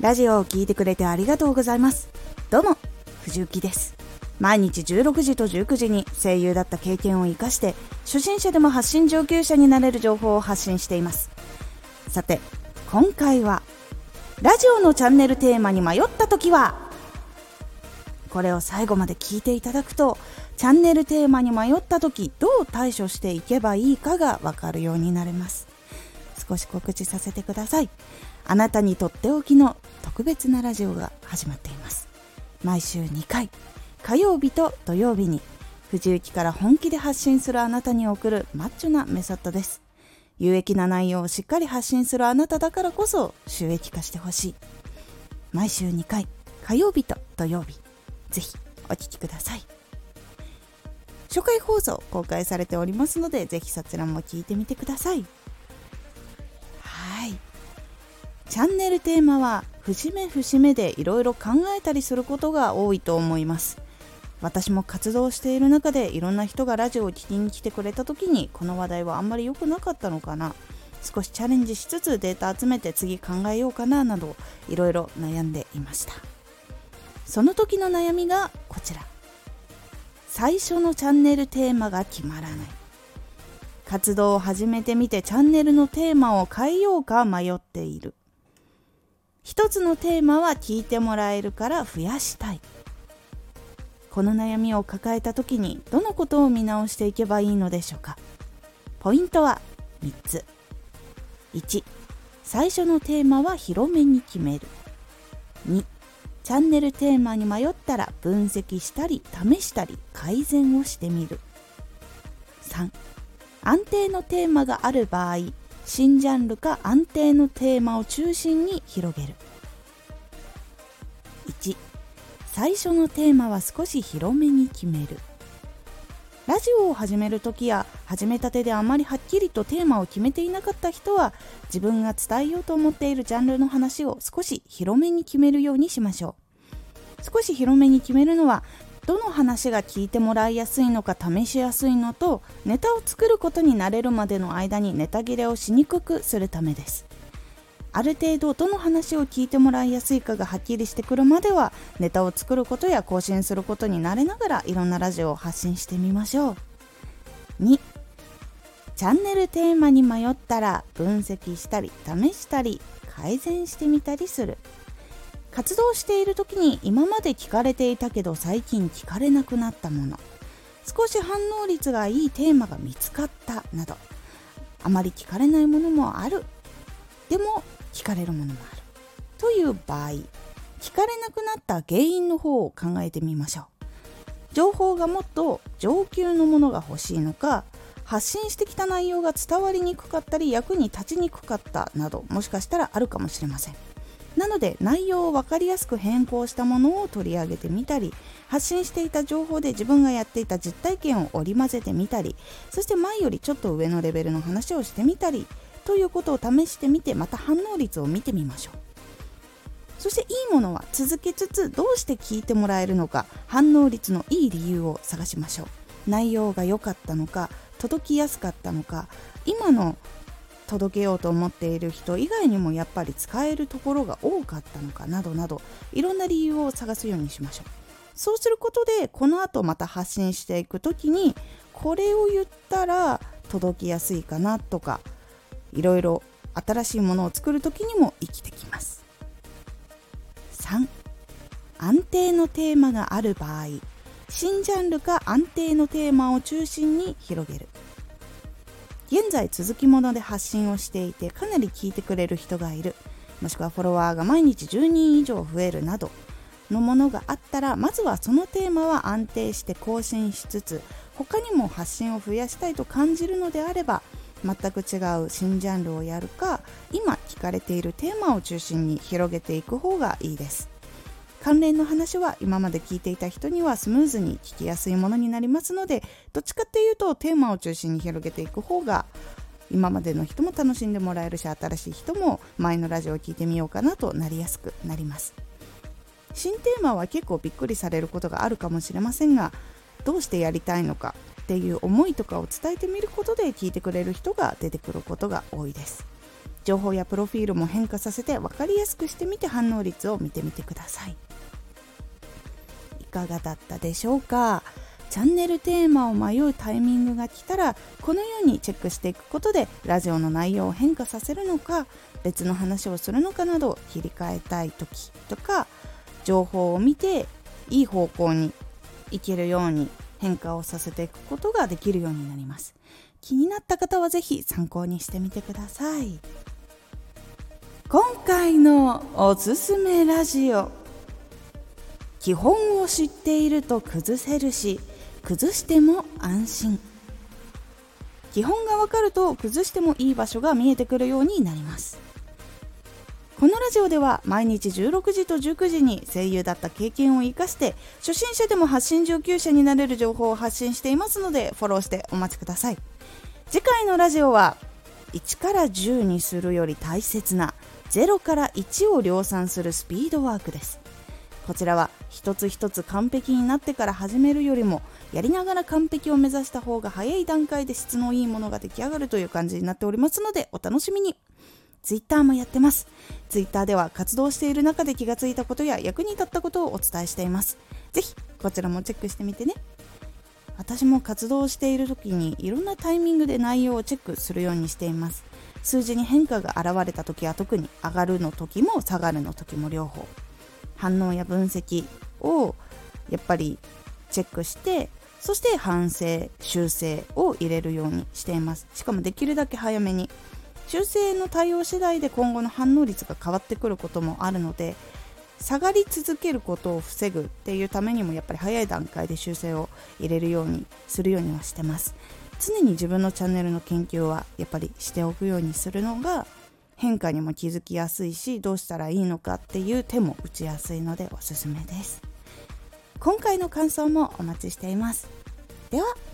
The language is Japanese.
ラジオを聞いてくれてありがとうございます。どうも藤幸です。毎日16時と19時に声優だった経験を生かして初心者でも発信上級者になれる情報を発信しています。さて今回はラジオのチャンネルテーマに迷った時は、これを最後まで聞いていただくとチャンネルテーマに迷った時どう対処していけばいいかがわかるようになれます。少し告知させてください。あなたにとっておきの特別なラジオが始まっています。毎週2回、火曜日と土曜日に藤幸から本気で発信するあなたに送るマッチョなメソッドです。有益な内容をしっかり発信するあなただからこそ収益化してほしい。毎週2回、火曜日と土曜日、ぜひお聞きください。初回放送公開されておりますので、ぜひそちらも聞いてみてください。はい、チャンネルテーマは節目節目でいろいろ考えたりすることが多いと思います。私も活動している中でいろんな人がラジオを聞きに来てくれた時に、この話題はあんまり良くなかったのかな、少しチャレンジしつつデータ集めて次考えようかななどいろいろ悩んでいました。その時の悩みがこちら。最初のチャンネルテーマが決まらない。活動を始めてみてチャンネルのテーマを変えようか迷っている。一つのテーマは聞いてもらえるから増やしたい。この悩みを抱えた時にどのことを見直していけばいいのでしょうか。ポイントは3つ。1、最初のテーマは広めに決める。2、チャンネルテーマに迷ったら分析したり試したり改善をしてみる。3、安定のテーマがある場合、新ジャンルか安定のテーマを中心に広げる。1、最初のテーマは少し広めに決める。ラジオを始めるときや始めたてであまりはっきりとテーマを決めていなかった人は、自分が伝えようと思っているジャンルの話を少し広めに決めるようにしましょう。少し広めに決めるのは、どの話が聞いてもらいやすいのか試しやすいのと、ネタを作ることに慣れるまでの間にネタ切れをしにくくするためです。ある程度どの話を聞いてもらいやすいかがはっきりしてくるまでは、ネタを作ることや更新することに慣れながらいろんなラジオを発信してみましょう。2、チャンネルテーマに迷ったら分析したり試したり改善してみたりする。活動している時に今まで聞かれていたけど最近聞かれなくなったもの、少し反応率がいいテーマが見つかったなど、あまり聞かれないものもある、でも聞かれるものもあるという場合、聞かれなくなった原因の方を考えてみましょう。情報がもっと上級のものが欲しいのか、発信してきた内容が伝わりにくかったり役に立ちにくかったなど、もしかしたらあるかもしれません。なので内容を分かりやすく変更したものを取り上げてみたり、発信していた情報で自分がやっていた実体験を織り交ぜてみたり、そして前よりちょっと上のレベルの話をしてみたりということを試してみて、また反応率を見てみましょう。そしていいものは続けつつ、どうして聞いてもらえるのか、反応率のいい理由を探しましょう。内容が良かったのか、届きやすかったのか、今の届けようと思っている人以外にもやっぱり使えるところが多かったのかなどなど、いろんな理由を探すようにしましょう。そうすることでこの後また発信していくときに、これを言ったら届きやすいかなとか、いろいろ新しいものを作るときにも生きてきます。3、安定のテーマがある場合、新ジャンルか安定のテーマを中心に広げる。現在続きもので発信をしていてかなり聞いてくれる人がいる、もしくはフォロワーが毎日10人以上増えるなどのものがあったら、まずはそのテーマは安定して更新しつつ、他にも発信を増やしたいと感じるのであれば、全く違う新ジャンルをやるか、今聞かれているテーマを中心に広げていく方がいいです。関連の話は今まで聞いていた人にはスムーズに聞きやすいものになりますので、どっちかっていうとテーマを中心に広げていく方が今までの人も楽しんでもらえるし、新しい人も前のラジオを聞いてみようかなとなりやすくなります。新テーマは結構びっくりされることがあるかもしれませんが、どうしてやりたいのかっていう思いとかを伝えてみることで聞いてくれる人が出てくることが多いです。 情報やプロフィールも変化させて分かりやすくしてみて反応率を見てみてください。いかがだったでしょうか。チャンネルテーマを迷うタイミングが来たらこのようにチェックしていくことでラジオの内容を変化させるのか別の話をするのかなど切り替えたい時とか情報を見ていい方向に行けるように変化をさせていくことができるようになります。気になった方はぜひ参考にしてみてください。今回のおすすめラジオ、基本を知っていると崩せるし崩しても安心。基本が分かると崩してもいい場所が見えてくるようになります。このラジオでは毎日16時と19時に声優だった経験を生かして初心者でも発信上級者になれる情報を発信していますのでフォローしてお待ちください。次回のラジオは1から10にするより大切な0から1を量産するスピードワークです。こちらは一つ一つ完璧になってから始めるよりもやりながら完璧を目指した方が早い段階で質のいいものが出来上がるという感じになっておりますのでお楽しみに。ツイッターもやってます。ツイッターでは活動している中で気がついたことや役に立ったことをお伝えしています。ぜひこちらもチェックしてみてね。私も活動している時にいろんなタイミングで内容をチェックするようにしています。数字に変化が現れた時は特に上がるの時も下がるの時も両方反応や分析をやっぱりチェックしてそして反省修正を入れるようにしています。しかもできるだけ早めに。修正の対応次第で今後の反応率が変わってくることもあるので下がり続けることを防ぐっていうためにもやっぱり早い段階で修正を入れるようにするようにはしてます。常に自分のチャンネルの研究はやっぱりしておくようにするのが変化にも気づきやすいしどうしたらいいのかっていう手も打ちやすいのでおすすめです。今回の感想もお待ちしています。では